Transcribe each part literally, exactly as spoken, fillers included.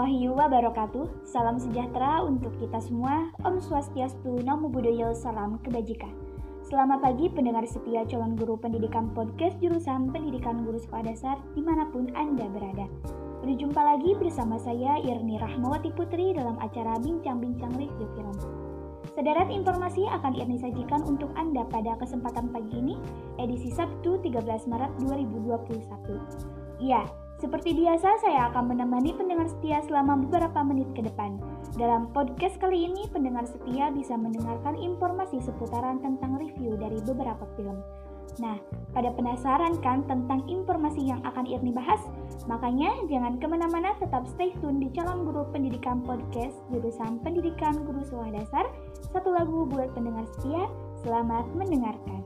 warahmatullahi wabarakatuh. Salam sejahtera untuk kita semua. Om Swastiastu, Namo Buddhaya, salam kebajikan. Selamat pagi pendengar setia calon guru pendidikan podcast jurusan Pendidikan Guru Sekolah Dasar dimanapun Anda berada. Berjumpa lagi bersama saya Irni Rahmawati Putri dalam acara Bincang-Bincang Review Film. Sederet informasi akan Irni sajikan untuk Anda pada kesempatan pagi ini, edisi Sabtu tiga belas Maret dua ribu dua puluh satu. Ya, seperti biasa saya akan menemani pendengar setia selama beberapa menit ke depan. Dalam podcast kali ini, pendengar setia bisa mendengarkan informasi seputaran tentang review dari beberapa film. Nah, pada penasaran kan tentang informasi yang akan Irni bahas? Makanya jangan kemana-mana, tetap stay tune di calon guru pendidikan podcast jurusan Pendidikan Guru Sekolah Dasar. Satu lagu buat pendengar setia, selamat mendengarkan.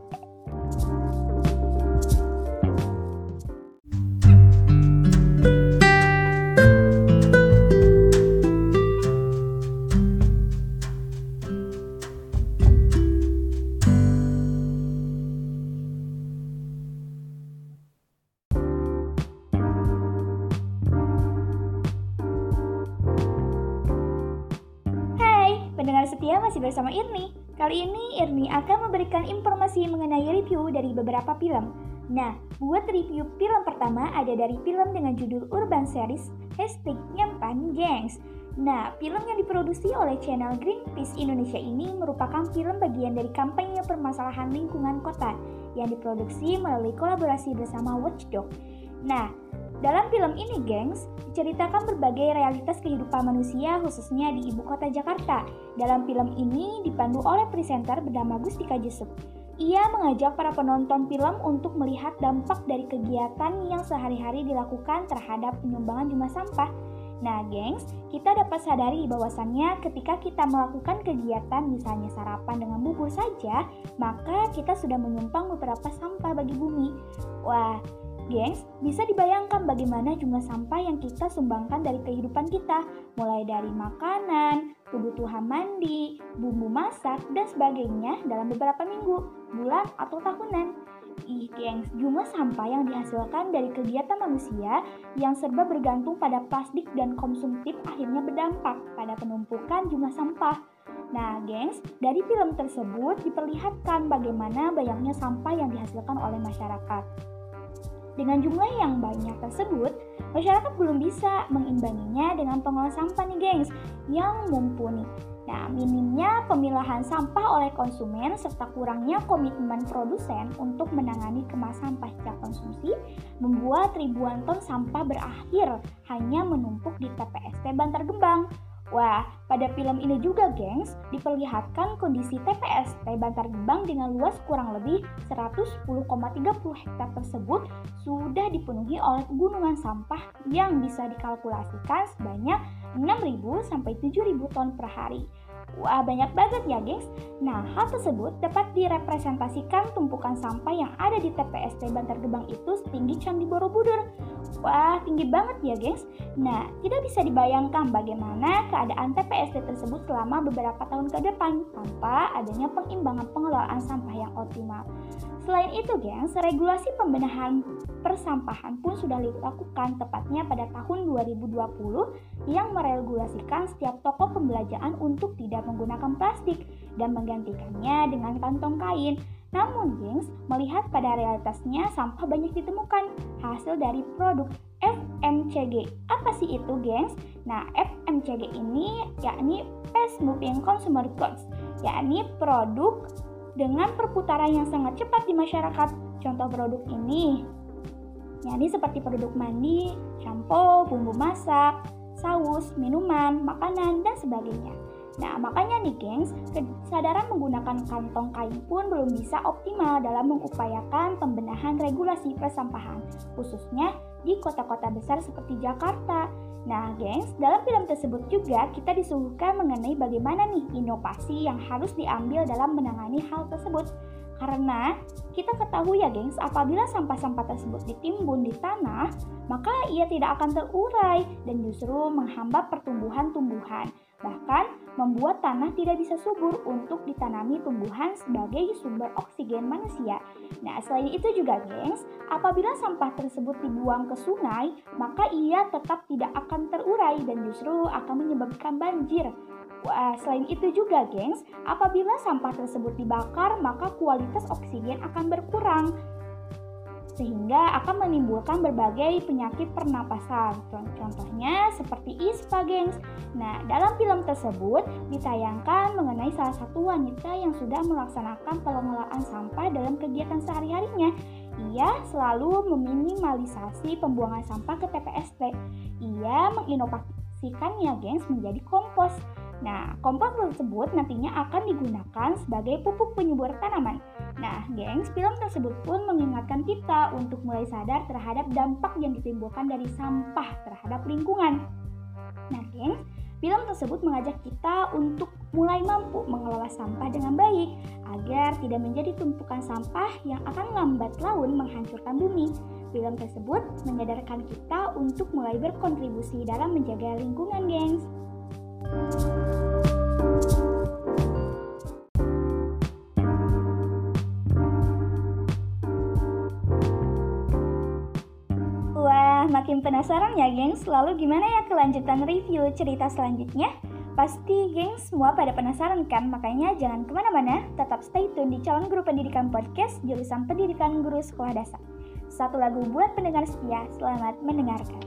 Pendengar setia masih bersama Irni. Kali ini Irni akan memberikan informasi mengenai review dari beberapa film. Nah, buat review film pertama ada dari film dengan judul Urban Series hashtag Nyampan Gengs. Nah, film yang diproduksi oleh channel Greenpeace Indonesia ini merupakan film bagian dari kampanye permasalahan lingkungan kota yang diproduksi melalui kolaborasi bersama Watchdog. Nah, dalam film ini, gengs, diceritakan berbagai realitas kehidupan manusia khususnya di ibu kota Jakarta. Dalam film ini dipandu oleh presenter bernama Gustika Jusuf. Ia mengajak para penonton film untuk melihat dampak dari kegiatan yang sehari-hari dilakukan terhadap penyumbangan jumlah sampah. Nah, gengs, kita dapat sadari bahwasannya ketika kita melakukan kegiatan misalnya sarapan dengan bubur saja, maka kita sudah menyumbang beberapa sampah bagi bumi. Wah, gengs, bisa dibayangkan bagaimana jumlah sampah yang kita sumbangkan dari kehidupan kita, mulai dari makanan, kebutuhan mandi, bumbu masak, dan sebagainya dalam beberapa minggu, bulan, atau tahunan. Ih, gengs, jumlah sampah yang dihasilkan dari kegiatan manusia yang serba bergantung pada plastik dan konsumtif akhirnya berdampak pada penumpukan jumlah sampah. Nah, gengs, dari film tersebut diperlihatkan bagaimana banyaknya sampah yang dihasilkan oleh masyarakat. Dengan jumlah yang banyak tersebut, masyarakat belum bisa mengimbanginya dengan pengelola sampah nih, gengs, yang mumpuni. Nah, minimnya pemilahan sampah oleh konsumen serta kurangnya komitmen produsen untuk menangani kemasan pasca konsumsi membuat ribuan ton sampah berakhir hanya menumpuk di T P S T Bantar Gebang. Wah, pada film ini juga, gengs, diperlihatkan kondisi T P S T Bantar Gebang dengan luas kurang lebih seratus sepuluh koma tiga puluh hektar tersebut sudah dipenuhi oleh gunungan sampah yang bisa dikalkulasikan sebanyak enam ribu sampai tujuh ribu ton per hari. Wah, banyak banget ya, gengs. Nah, hal tersebut dapat direpresentasikan tumpukan sampah yang ada di T P S T Bantar Gebang itu setinggi Candi Borobudur. Wah, tinggi banget ya, gengs. Nah, tidak bisa dibayangkan bagaimana keadaan T P S T tersebut selama beberapa tahun ke depan tanpa adanya pengimbangan pengelolaan sampah yang optimal. Selain itu, gengs, regulasi pembenahan persampahan pun sudah dilakukan tepatnya pada tahun dua ribu dua puluh yang meregulasikan setiap toko pembelanjaan untuk tidak menggunakan plastik dan menggantikannya dengan kantong kain. Namun, gengs, melihat pada realitasnya sampah banyak ditemukan hasil dari produk F M C G. Apa sih itu, gengs? Nah, F M C G ini yakni Fast Moving Consumer Goods, yakni produk dengan perputaran yang sangat cepat di masyarakat. Contoh produk ini yakni seperti produk mandi, shampoo, bumbu masak, saus, minuman, makanan, dan sebagainya. Nah, makanya nih, gengs, kesadaran menggunakan kantong kain pun belum bisa optimal dalam mengupayakan pembenahan regulasi persampahan, khususnya di kota-kota besar seperti Jakarta. Nah, gengs, dalam film tersebut juga kita disuguhkan mengenai bagaimana nih inovasi yang harus diambil dalam menangani hal tersebut. Karena kita ketahui ya, gengs, apabila sampah-sampah tersebut ditimbun di tanah, maka ia tidak akan terurai dan justru menghambat pertumbuhan tumbuhan. Bahkan membuat tanah tidak bisa subur untuk ditanami tumbuhan sebagai sumber oksigen manusia. Nah, selain itu juga gengs, apabila sampah tersebut dibuang ke sungai, maka ia tetap tidak akan terurai dan justru akan menyebabkan banjir. Wah, selain itu juga gengs, apabila sampah tersebut dibakar, maka kualitas oksigen akan berkurang, sehingga akan menimbulkan berbagai penyakit pernapasan. Contohnya seperti ispa, gengs. Nah, dalam film tersebut ditayangkan mengenai salah satu wanita yang sudah melaksanakan pengelolaan sampah dalam kegiatan sehari-harinya. Ia selalu meminimalisasi pembuangan sampah ke T P S T. Ia menginovasikannya, gengs, menjadi kompos. Nah, kompos tersebut nantinya akan digunakan sebagai pupuk penyubur tanaman. Nah, gengs, film tersebut pun mengingatkan kita untuk mulai sadar terhadap dampak yang ditimbulkan dari sampah terhadap lingkungan. Nah, gengs, film tersebut mengajak kita untuk mulai mampu mengelola sampah dengan baik agar tidak menjadi tumpukan sampah yang akan lambat laun menghancurkan bumi. Film tersebut menyadarkan kita untuk mulai berkontribusi dalam menjaga lingkungan, gengs. Wah, makin penasaran ya, gengs? Lalu gimana ya kelanjutan review cerita selanjutnya? Pasti gengs semua pada penasaran kan? Makanya jangan kemana-mana, tetap stay tune di Calon Guru Pendidikan Podcast jurusan Pendidikan Guru Sekolah Dasar. Satu lagu buat pendengar setia, selamat mendengarkan.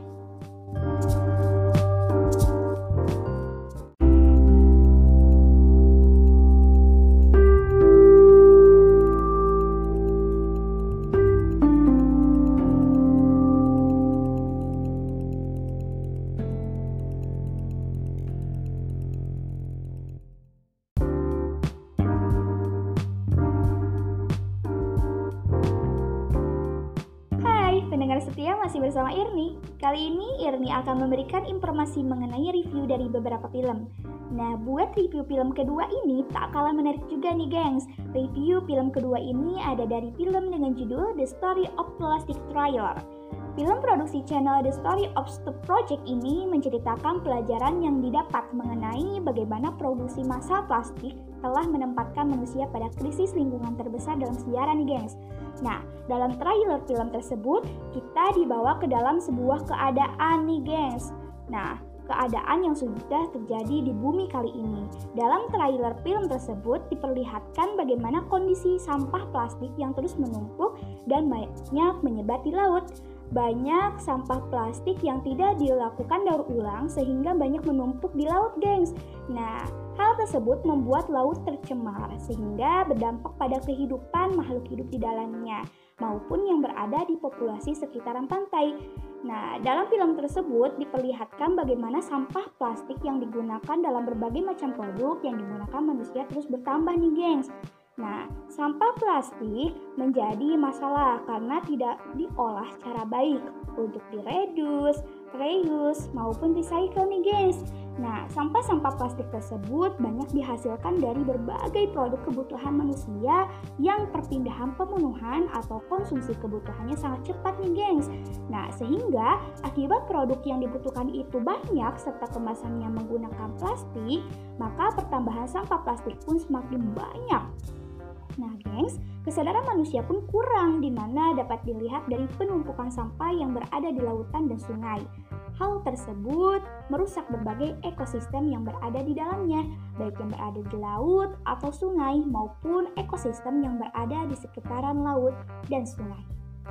Pendengar setia masih bersama Irni. Kali ini Irni akan memberikan informasi mengenai review dari beberapa film. Nah, buat review film kedua ini tak kalah menarik juga nih, gengs. Review film kedua ini ada dari film dengan judul The Story of Plastic Trailer. Film produksi channel The Story of Stop Project ini menceritakan pelajaran yang didapat mengenai bagaimana produksi massal plastik telah menempatkan manusia pada krisis lingkungan terbesar dalam sejarah nih, gengs. Nah, dalam trailer film tersebut, kita dibawa ke dalam sebuah keadaan nih, gengs. Nah, keadaan yang sudah terjadi di bumi kali ini. Dalam trailer film tersebut diperlihatkan bagaimana kondisi sampah plastik yang terus menumpuk dan banyak menyebar di laut. Banyak sampah plastik yang tidak dilakukan daur ulang sehingga banyak menumpuk di laut, gengs. Nah, hal tersebut membuat laut tercemar sehingga berdampak pada kehidupan makhluk hidup di dalamnya maupun yang berada di populasi sekitaran pantai. Nah, dalam film tersebut diperlihatkan bagaimana sampah plastik yang digunakan dalam berbagai macam produk yang digunakan manusia terus bertambah nih, gengs. Nah, sampah plastik menjadi masalah karena tidak diolah secara baik untuk direduce, reuse, maupun recycle nih, gengs. Nah, sampah-sampah plastik tersebut banyak dihasilkan dari berbagai produk kebutuhan manusia yang perpindahan pemenuhan atau konsumsi kebutuhannya sangat cepat nih, gengs. Nah, sehingga akibat produk yang dibutuhkan itu banyak serta kemasannya menggunakan plastik, maka pertambahan sampah plastik pun semakin banyak. Nah, gengs, kesadaran manusia pun kurang, di mana dapat dilihat dari penumpukan sampah yang berada di lautan dan sungai. Hal tersebut merusak berbagai ekosistem yang berada di dalamnya, baik yang berada di laut atau sungai maupun ekosistem yang berada di sekitaran laut dan sungai.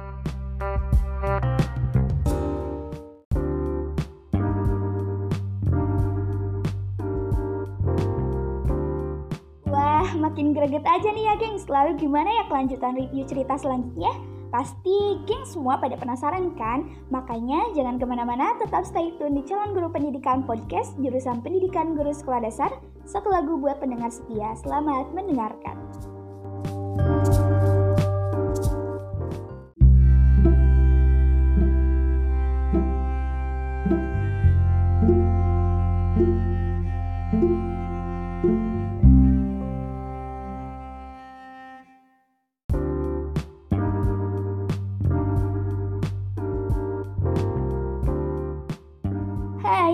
Wah, makin greget aja nih ya, gengs. Lalu gimana ya kelanjutan review cerita selanjutnya? Pasti gengs semua pada penasaran kan? Makanya jangan kemana-mana, tetap stay tune di Calon Guru Pendidikan Podcast jurusan Pendidikan Guru Sekolah Dasar. Satu lagu buat pendengar setia, selamat mendengarkan. Hai, pendengar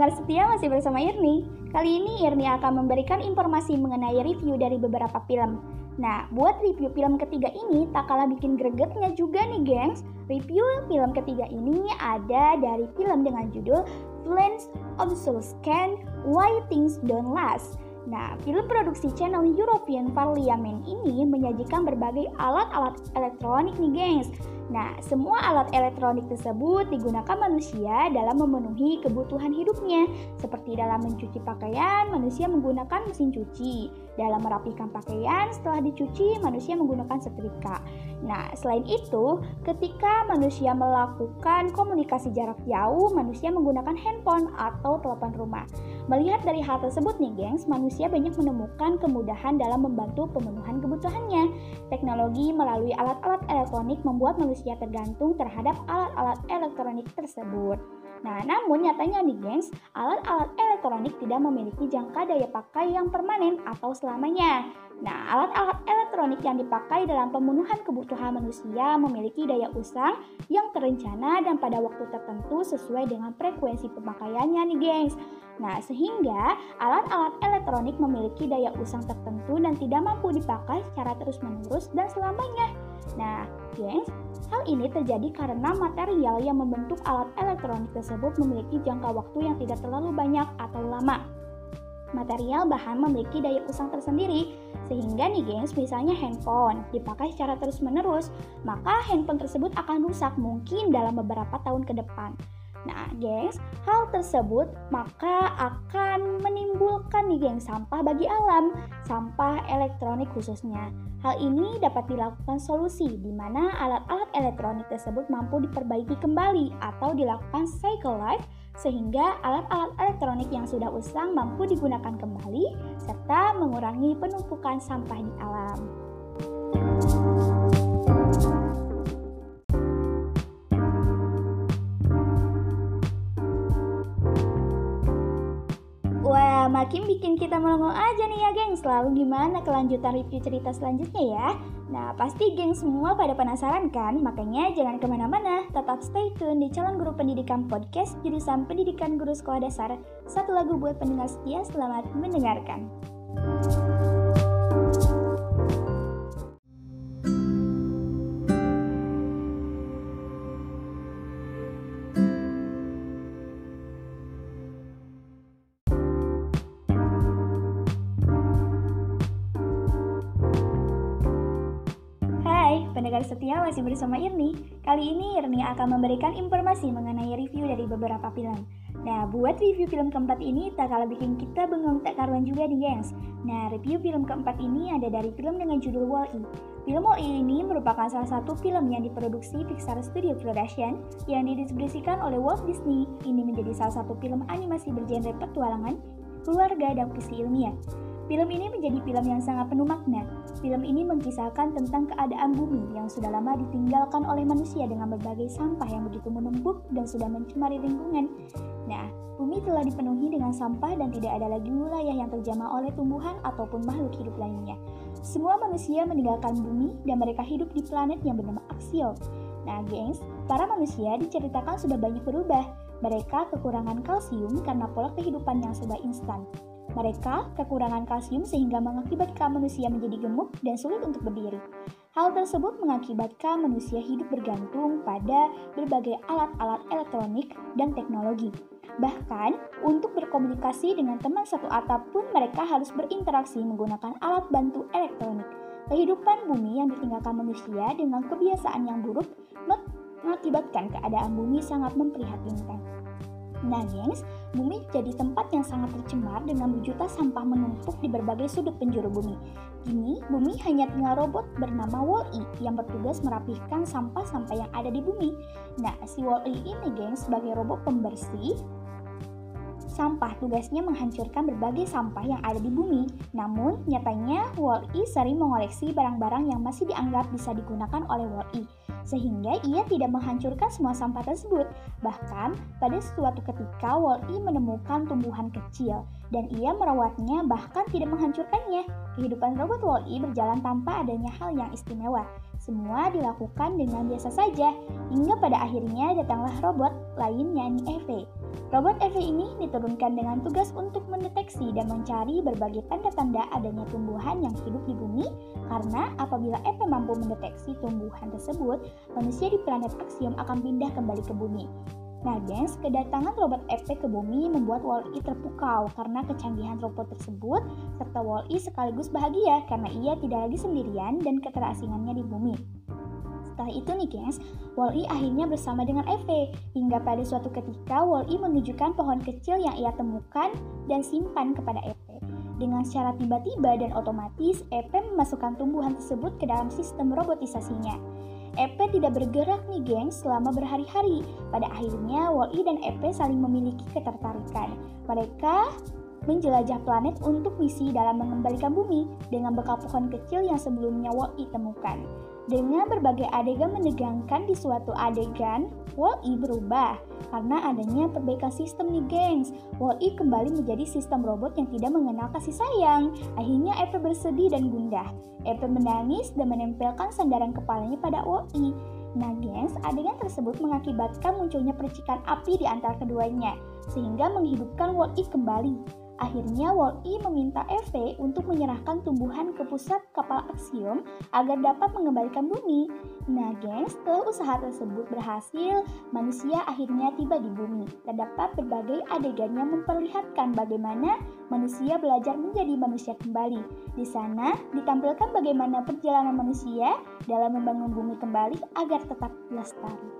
Pendengar setia masih bersama Irni. Kali ini Irni akan memberikan informasi mengenai review dari beberapa film. Nah, buat review film ketiga ini tak kalah bikin gregetnya juga nih gengs. Review film ketiga ini ada dari film dengan judul Plans of Soul Scan, Why Things Don't Last. Nah, film produksi channel European Parliament ini menyajikan berbagai alat-alat elektronik nih gengs. Nah, semua alat elektronik tersebut digunakan manusia dalam memenuhi kebutuhan hidupnya. Seperti dalam mencuci pakaian, manusia menggunakan mesin cuci. Dalam merapikan pakaian, setelah dicuci, manusia menggunakan setrika. Nah, selain itu, ketika manusia melakukan komunikasi jarak jauh, manusia menggunakan handphone atau telepon rumah. Melihat dari hal tersebut nih gengs, manusia banyak menemukan kemudahan dalam membantu pemenuhan kebutuhannya. Teknologi melalui alat-alat elektronik membuat manusia tergantung terhadap alat-alat elektronik tersebut. Nah, namun nyatanya nih gengs, alat-alat elektronik tidak memiliki jangka daya pakai yang permanen atau selamanya. Nah, alat-alat elektronik yang dipakai dalam pemenuhan kebutuhan manusia memiliki daya usang yang terencana dan pada waktu tertentu sesuai dengan frekuensi pemakaiannya nih gengs. Nah, sehingga alat-alat elektronik memiliki daya usang tertentu dan tidak mampu dipakai secara terus-menerus dan selamanya. Nah, gengs, hal ini terjadi karena material yang membentuk alat elektronik tersebut memiliki jangka waktu yang tidak terlalu banyak atau lama. Material bahan memiliki daya usang tersendiri, sehingga nih gengs, misalnya handphone dipakai secara terus-menerus, maka handphone tersebut akan rusak mungkin dalam beberapa tahun ke depan. Nah, gengs, hal tersebut maka akan menimbulkan nih gengs sampah bagi alam, sampah elektronik khususnya. Hal ini dapat dilakukan solusi di mana alat-alat elektronik tersebut mampu diperbaiki kembali atau dilakukan cycle life sehingga alat-alat elektronik yang sudah usang mampu digunakan kembali serta mengurangi penumpukan sampah di alam. Wah, makin bikin kita melongo aja nih ya gengs. Lalu gimana kelanjutan review cerita selanjutnya ya? Nah, pasti geng semua pada penasaran kan? Makanya jangan kemana-mana, tetap stay tune di Calon Guru Pendidikan Podcast jurusan Pendidikan Guru Sekolah Dasar. Satu lagu buat pendengar setia, selamat mendengarkan. Pendengar setia masih bersama Irni. Kali ini Irni akan memberikan informasi mengenai review dari beberapa film. Nah, buat review film keempat ini tak kalah bikin kita bengong tak karuan juga nih gengs. Nah, review film keempat ini ada dari film dengan judul Wall-E. Film Wall-E ini merupakan salah satu film yang diproduksi Pixar Studio Production yang didistribusikan oleh Walt Disney. Ini menjadi salah satu film animasi bergenre petualangan, keluarga, dan fiksi ilmiah. Film ini menjadi film yang sangat penuh makna. Film ini mengisahkan tentang keadaan bumi yang sudah lama ditinggalkan oleh manusia dengan berbagai sampah yang begitu menumpuk dan sudah mencemari lingkungan. Nah, bumi telah dipenuhi dengan sampah dan tidak ada lagi wilayah yang terjamah oleh tumbuhan ataupun makhluk hidup lainnya. Semua manusia meninggalkan bumi dan mereka hidup di planet yang bernama Axiom. Nah, gengs, para manusia diceritakan sudah banyak berubah. Mereka kekurangan kalsium karena pola kehidupan yang serba instan. Mereka kekurangan kalsium sehingga mengakibatkan manusia menjadi gemuk dan sulit untuk berdiri. Hal tersebut mengakibatkan manusia hidup bergantung pada berbagai alat-alat elektronik dan teknologi. Bahkan, untuk berkomunikasi dengan teman satu atap pun mereka harus berinteraksi menggunakan alat bantu elektronik. Kehidupan bumi yang ditinggalkan manusia dengan kebiasaan yang buruk mengakibatkan keadaan bumi sangat memprihatinkan. Nah gengs, bumi jadi tempat yang sangat tercemar dengan berjuta sampah menumpuk di berbagai sudut penjuru bumi. Kini, bumi hanya tinggal robot bernama Wall-E yang bertugas merapihkan sampah-sampah yang ada di bumi. Nah, si Wall-E ini gengs sebagai robot pembersih sampah, tugasnya menghancurkan berbagai sampah yang ada di bumi. Namun, nyatanya Wall-E sering mengoleksi barang-barang yang masih dianggap bisa digunakan oleh Wall-E, sehingga ia tidak menghancurkan semua sampah tersebut. Bahkan, pada suatu ketika Wall-E menemukan tumbuhan kecil, dan ia merawatnya bahkan tidak menghancurkannya. Kehidupan robot Wall-E berjalan tanpa adanya hal yang istimewa. Semua dilakukan dengan biasa saja, hingga pada akhirnya datanglah robot lain yakni Eve. Robot E V ini diturunkan dengan tugas untuk mendeteksi dan mencari berbagai tanda-tanda adanya tumbuhan yang hidup di bumi, karena apabila E V mampu mendeteksi tumbuhan tersebut, manusia di planet Axiom akan pindah kembali ke bumi. Nah, gengs, kedatangan robot E V ke bumi membuat Wall-E terpukau karena kecanggihan robot tersebut, serta Wall-E sekaligus bahagia karena ia tidak lagi sendirian dan keterasingannya di bumi. Setelah itu nih gengs, Wall-E akhirnya bersama dengan E V, hingga pada suatu ketika Wall-E menunjukkan pohon kecil yang ia temukan dan simpan kepada E V. Dengan secara tiba-tiba dan otomatis, E V memasukkan tumbuhan tersebut ke dalam sistem robotisasinya. E V tidak bergerak nih gengs selama berhari-hari. Pada akhirnya Wall-E dan E V saling memiliki ketertarikan. Mereka menjelajah planet untuk misi dalam mengembalikan bumi dengan bekal pohon kecil yang sebelumnya Wall-E temukan. Dengan berbagai adegan menegangkan di suatu adegan, Wall-E berubah karena adanya perbaikan sistem nih gengs. Wall-E kembali menjadi sistem robot yang tidak mengenal kasih sayang. Akhirnya E V bersedih dan gundah. E V menangis dan menempelkan sandaran kepalanya pada Wall-E. Nah gengs, adegan tersebut mengakibatkan munculnya percikan api di antara keduanya, sehingga menghidupkan Wall-E kembali. Akhirnya Wall-E meminta E V untuk menyerahkan tumbuhan ke pusat kapal Axiom agar dapat mengembalikan bumi. Nah gengs, setelah usaha tersebut berhasil, manusia akhirnya tiba di bumi. Terdapat berbagai adegan yang memperlihatkan bagaimana manusia belajar menjadi manusia kembali. Di sana ditampilkan bagaimana perjalanan manusia dalam membangun bumi kembali agar tetap lestari.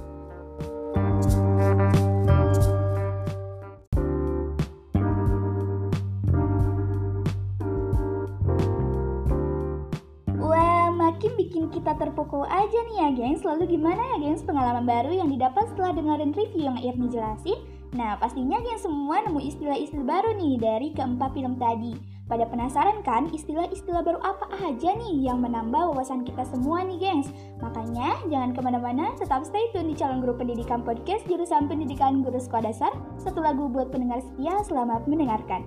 Makin bikin kita terpukau aja nih ya gengs. Lalu gimana ya gengs pengalaman baru yang didapat setelah dengerin review yang Irni jelasin? Nah pastinya gengs semua nemu istilah-istilah baru nih dari keempat film tadi. Pada penasaran kan istilah-istilah baru apa aja nih yang menambah wawasan kita semua nih gengs? Makanya jangan kemana-mana, tetap stay tune di calon guru pendidikan podcast jurusan pendidikan guru sekolah dasar. Satu lagu buat pendengar setia, selamat mendengarkan.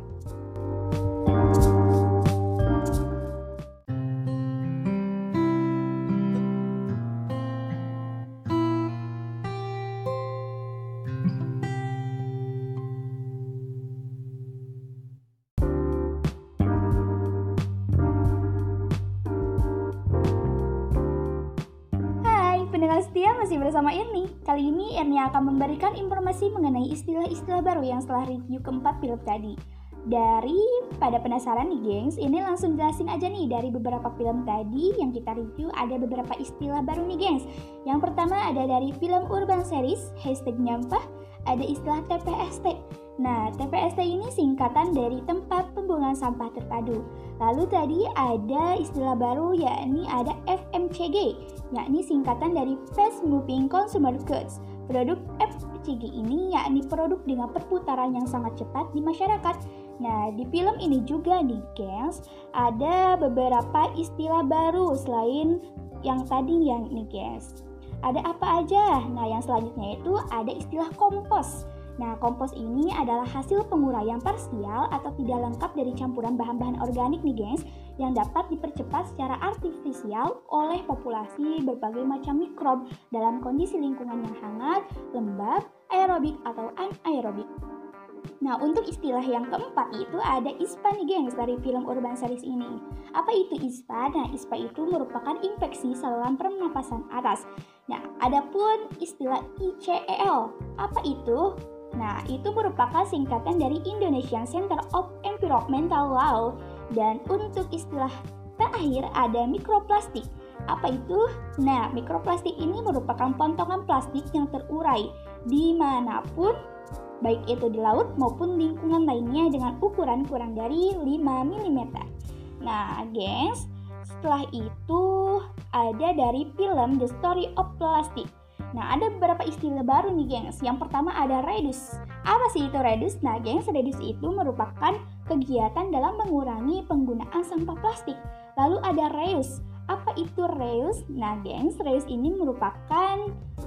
Pendengar setia masih bersama Irni. Kali ini Irni akan memberikan informasi mengenai istilah-istilah baru yang setelah review keempat film tadi. Dari pada penasaran nih gengs, ini langsung jelasin aja nih dari beberapa film tadi yang kita review ada beberapa istilah baru nih gengs. Yang pertama ada dari film Urban Series, hashtag nyampah, ada istilah T P S T. Nah, T P S T ini singkatan dari tempat pembuangan sampah terpadu. Lalu tadi ada istilah baru yakni ada F M C G, yakni singkatan dari Fast Moving Consumer Goods. Produk F M C G ini yakni produk dengan perputaran yang sangat cepat di masyarakat. Nah, di film ini juga nih gengs, ada beberapa istilah baru selain yang tadi yang nih gengs. Ada apa aja? Nah, yang selanjutnya itu ada istilah kompos. Nah, kompos ini adalah hasil penguraian parsial atau tidak lengkap dari campuran bahan-bahan organik nih gengs, yang dapat dipercepat secara artifisial oleh populasi berbagai macam mikrob dalam kondisi lingkungan yang hangat, lembab, aerobik atau anaerobik. Nah, untuk istilah yang keempat itu ada I S P A nih gengs dari film Urban Series ini. Apa itu I S P A? Nah, I S P A itu merupakan infeksi saluran pernapasan atas. Nah, adapun istilah I C E L, apa itu? Nah, itu merupakan singkatan dari Indonesian Center of Environmental Law. Dan untuk istilah terakhir ada mikroplastik. Apa itu? Nah, mikroplastik ini merupakan potongan plastik yang terurai dimanapun, baik itu di laut maupun lingkungan lainnya dengan ukuran kurang dari lima milimeter. Nah, gengs, setelah itu ada dari film The Story of Plastic. Nah, ada beberapa istilah baru nih gengs. Yang pertama ada reduce. Apa sih itu reduce? Nah, gengs, reduce itu merupakan kegiatan dalam mengurangi penggunaan sampah plastik. Lalu ada reuse. Apa itu reuse? Nah, gengs, reuse ini merupakan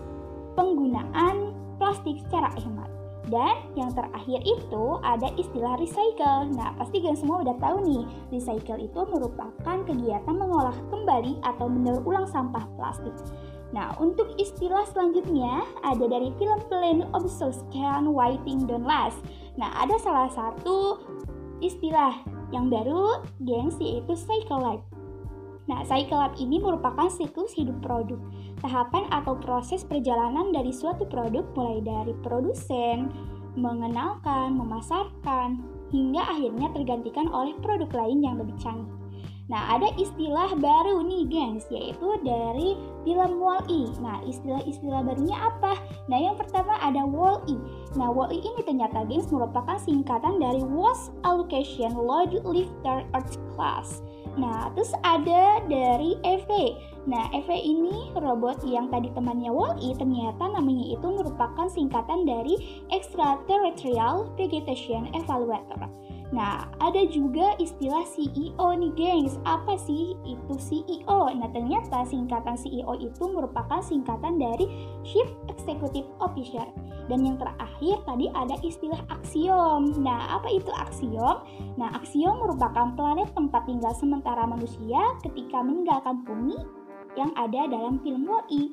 penggunaan plastik secara hemat. Dan yang terakhir itu ada istilah recycle. Nah, pasti kalian semua udah tahu nih, recycle itu merupakan kegiatan mengolah kembali atau mendaur ulang sampah plastik. Nah, untuk istilah selanjutnya ada dari film Plain Obsolescence Waiting Don't Last. Nah, ada salah satu istilah yang baru, gengs, yaitu cycle life. Nah, cycle life ini merupakan siklus hidup produk, tahapan atau proses perjalanan dari suatu produk mulai dari produsen, mengenalkan, memasarkan, hingga akhirnya tergantikan oleh produk lain yang lebih canggih. Nah, ada istilah baru nih, gengs, yaitu dari film Wall-E. Nah, istilah-istilah barunya apa? Nah, yang pertama ada Wall-E. Nah, Wall-E ini ternyata, gengs, merupakan singkatan dari Walls Allocation Load Lifter Earth Class. Nah, terus ada dari E V. Nah, E V ini robot yang tadi temannya Wall-E, ternyata namanya itu merupakan singkatan dari Extraterrestrial Vegetation Evaluator. Nah, ada juga istilah C E O nih, gengs. Apa sih itu C E O? Nah, ternyata singkatan C E O itu merupakan singkatan dari Chief Executive Officer. Dan yang terakhir tadi ada istilah aksiom. Nah, apa itu aksiom? Nah, aksiom merupakan planet tempat tinggal sementara manusia ketika meninggalkan bumi yang ada dalam film Wall-E.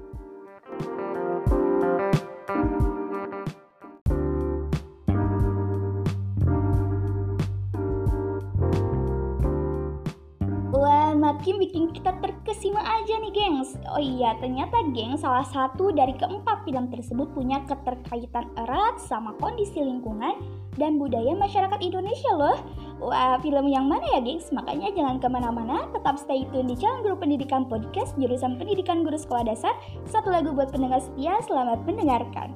Wah, makin bikin kita terkesima aja nih, gengs. Oh iya, ternyata, gengs, salah satu dari keempat film tersebut punya keterkaitan erat sama kondisi lingkungan dan budaya masyarakat Indonesia loh. Wah, film yang mana ya, gengs? Makanya jangan kemana-mana, tetap stay tune di channel Guru Pendidikan Podcast jurusan Pendidikan Guru Sekolah Dasar. Satu lagu buat pendengar setia, selamat mendengarkan.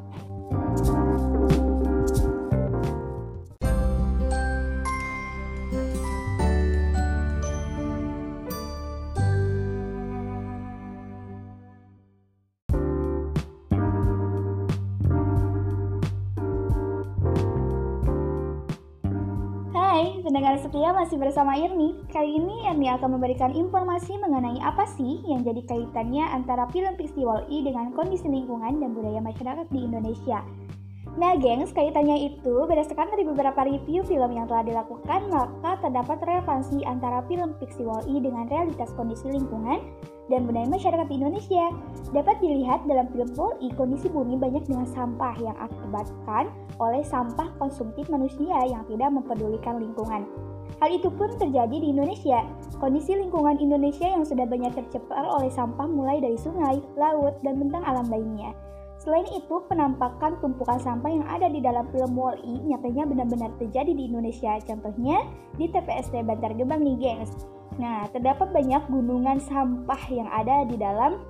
Hai, pendengar setia, masih bersama Irni. Kali ini Irni akan memberikan informasi mengenai apa sih yang jadi kaitannya antara film fiksi Wall-E dengan kondisi lingkungan dan budaya masyarakat di Indonesia. Nah, gengs, kaitannya itu berdasarkan dari beberapa review film yang telah dilakukan, maka terdapat relevansi antara film fiksi Wall-E dengan realitas kondisi lingkungan dan budaya masyarakat di Indonesia. Dapat dilihat dalam film Wall-E, kondisi bumi banyak dengan sampah yang akibatkan oleh sampah konsumtif manusia yang tidak mempedulikan lingkungan. Hal itu pun terjadi di Indonesia. Kondisi lingkungan Indonesia yang sudah banyak tercemar oleh sampah mulai dari sungai, laut, dan bentang alam lainnya. Selain itu, penampakan tumpukan sampah yang ada di dalam film Wall-E nyatanya benar-benar terjadi di Indonesia. Contohnya di T P S D Bantar Gebang nih, gengs. Nah, terdapat banyak gunungan sampah yang ada di dalam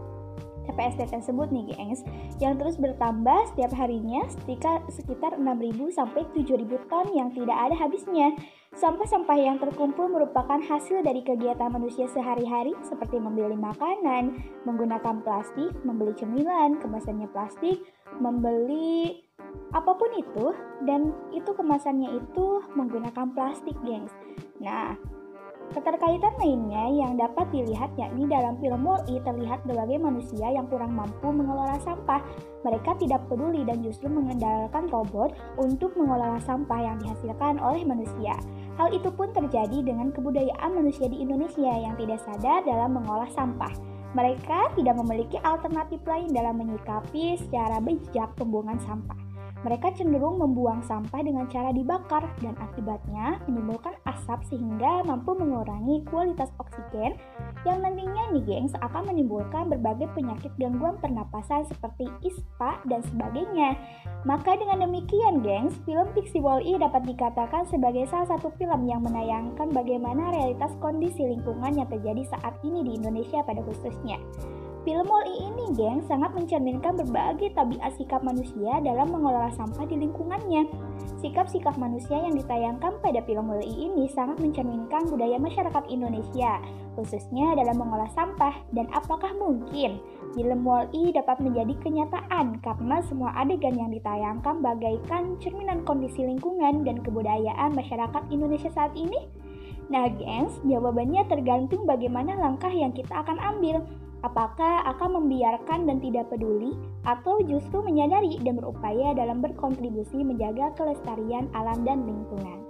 T P S D tersebut nih, gengs, yang terus bertambah setiap harinya sekitar, sekitar enam ribu sampai tujuh ribu ton yang tidak ada habisnya. Sampah-sampah yang terkumpul merupakan hasil dari kegiatan manusia sehari-hari seperti membeli makanan, menggunakan plastik, membeli cemilan, kemasannya plastik, membeli apapun itu, dan itu kemasannya itu menggunakan plastik, gengs. Nah, keterkaitan lainnya yang dapat dilihat yakni dalam film Wall-E terlihat berbagai manusia yang kurang mampu mengelola sampah. Mereka tidak peduli dan justru mengandalkan robot untuk mengelola sampah yang dihasilkan oleh manusia. Hal itu pun terjadi dengan kebudayaan manusia di Indonesia yang tidak sadar dalam mengolah sampah. Mereka tidak memiliki alternatif lain dalam menyikapi secara bijak pembuangan sampah. Mereka cenderung membuang sampah dengan cara dibakar dan akibatnya menimbulkan asap sehingga mampu mengurangi kualitas oksigen yang nantinya nih, gengs, akan menimbulkan berbagai penyakit gangguan pernapasan seperti ispa dan sebagainya. Maka dengan demikian, gengs, film fiksi Wall-E dapat dikatakan sebagai salah satu film yang menayangkan bagaimana realitas kondisi lingkungan yang terjadi saat ini di Indonesia pada khususnya. Film Wall-E ini, geng, sangat mencerminkan berbagai tabiat sikap manusia dalam mengelola sampah di lingkungannya. Sikap-sikap manusia yang ditayangkan pada film Wall-E ini sangat mencerminkan budaya masyarakat Indonesia, khususnya dalam mengolah sampah. Dan apakah mungkin film Wall-E dapat menjadi kenyataan karena semua adegan yang ditayangkan bagaikan cerminan kondisi lingkungan dan kebudayaan masyarakat Indonesia saat ini? Nah, gengs, jawabannya tergantung bagaimana langkah yang kita akan ambil. Apakah akan membiarkan dan tidak peduli, atau justru menyadari dan berupaya dalam berkontribusi menjaga kelestarian alam dan lingkungan?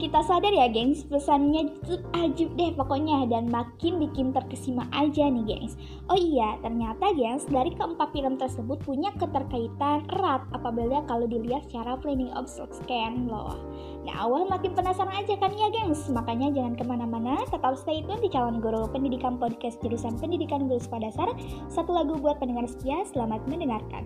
kita sadar ya gengs, pesannya itu ajib deh pokoknya dan makin bikin terkesima aja nih gengs. Oh iya, ternyata gengs dari keempat film tersebut punya keterkaitan erat apabila kalau dilihat secara planning of scan loh. Nah awal makin penasaran aja kan ya gengs, makanya jangan kemana-mana, tetap stay tune di Calon Guru Pendidikan Podcast jurusan Pendidikan Guru Sekolah Dasar. Satu lagu buat pendengar setia, selamat mendengarkan.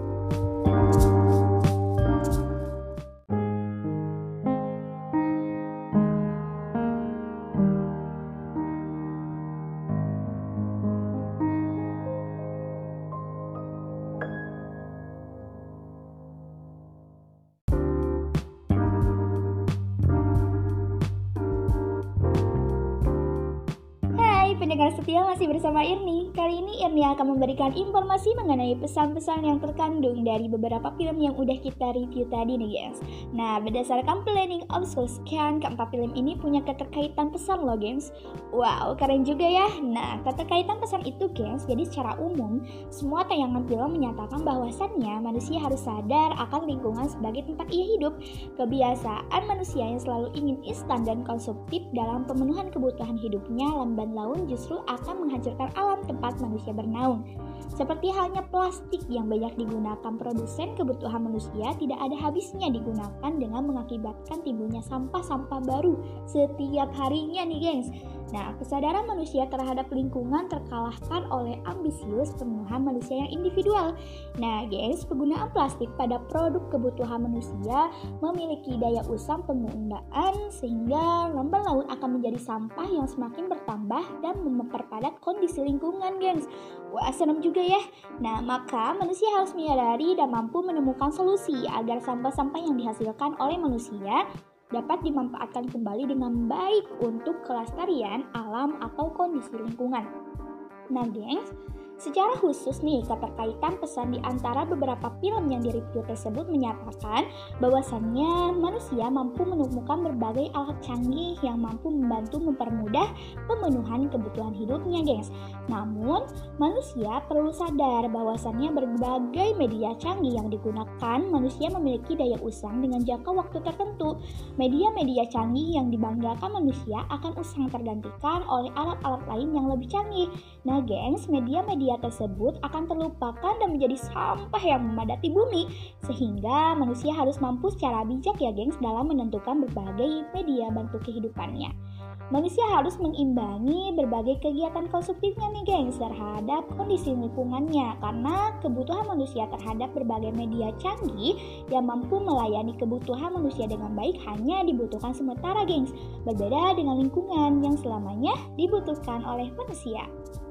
Pendengar setia masih bersama Irni. Kali ini Irni akan memberikan informasi mengenai pesan-pesan yang terkandung dari beberapa film yang udah kita review tadi nih guys. Nah, berdasarkan planning of scan, keempat film ini punya keterkaitan pesan loh guys. Wow, keren juga ya. Nah, keterkaitan pesan itu guys, jadi secara umum semua tayangan film menyatakan bahwasannya manusia harus sadar akan lingkungan sebagai tempat ia hidup. Kebiasaan manusia yang selalu ingin instan dan konsumtif dalam pemenuhan kebutuhan hidupnya lamban laun justru akan menghancurkan alam tempat manusia bernaung. Seperti halnya plastik yang banyak digunakan produsen kebutuhan manusia tidak ada habisnya digunakan dengan mengakibatkan timbulnya sampah-sampah baru setiap harinya nih gengs. Nah, kesadaran manusia terhadap lingkungan terkalahkan oleh ambisius pemenuhan manusia yang individual. Nah, gengs, penggunaan plastik pada produk kebutuhan manusia memiliki daya usang penggunaan sehingga lamban laun akan menjadi sampah yang semakin bertambah dan memperpadat kondisi lingkungan, gengs. Wah, serem juga ya. Nah, maka manusia harus menyadari dan mampu menemukan solusi agar sampah-sampah yang dihasilkan oleh manusia dapat dimanfaatkan kembali dengan baik untuk kelestarian alam atau kondisi lingkungan. Nah, gengs, secara khusus nih, keterkaitan pesan di antara beberapa film yang direview tersebut menyatakan bahwasannya manusia mampu menemukan berbagai alat canggih yang mampu membantu mempermudah pemenuhan kebutuhan hidupnya, gengs. Namun, manusia perlu sadar bahwasannya berbagai media canggih yang digunakan, manusia memiliki daya usang dengan jangka waktu tertentu. Media-media canggih yang dibanggakan manusia akan usang tergantikan oleh alat-alat lain yang lebih canggih. Nah, gengs, media-media tersebut akan terlupakan dan menjadi sampah yang memadati bumi, sehingga manusia harus mampu secara bijak ya gengs dalam menentukan berbagai media bantu kehidupannya. Manusia harus mengimbangi berbagai kegiatan konsumtifnya nih gengs terhadap kondisi lingkungannya, karena kebutuhan manusia terhadap berbagai media canggih yang mampu melayani kebutuhan manusia dengan baik hanya dibutuhkan sementara gengs, berbeda dengan lingkungan yang selamanya dibutuhkan oleh manusia.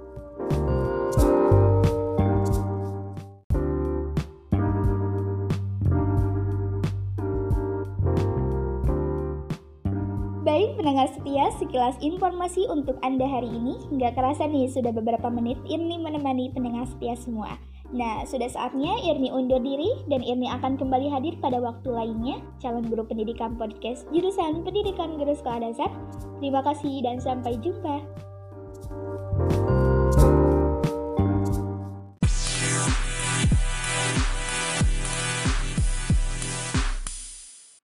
Baik pendengar setia, sekilas informasi untuk Anda hari ini. Nggak kerasa nih, sudah beberapa menit Irni menemani pendengar setia semua. Nah, sudah saatnya Irni undur diri dan Irni akan kembali hadir pada waktu lainnya. Calon Guru Pendidikan Podcast jurusan Pendidikan Guru Sekolah Dasar. Terima kasih dan sampai jumpa.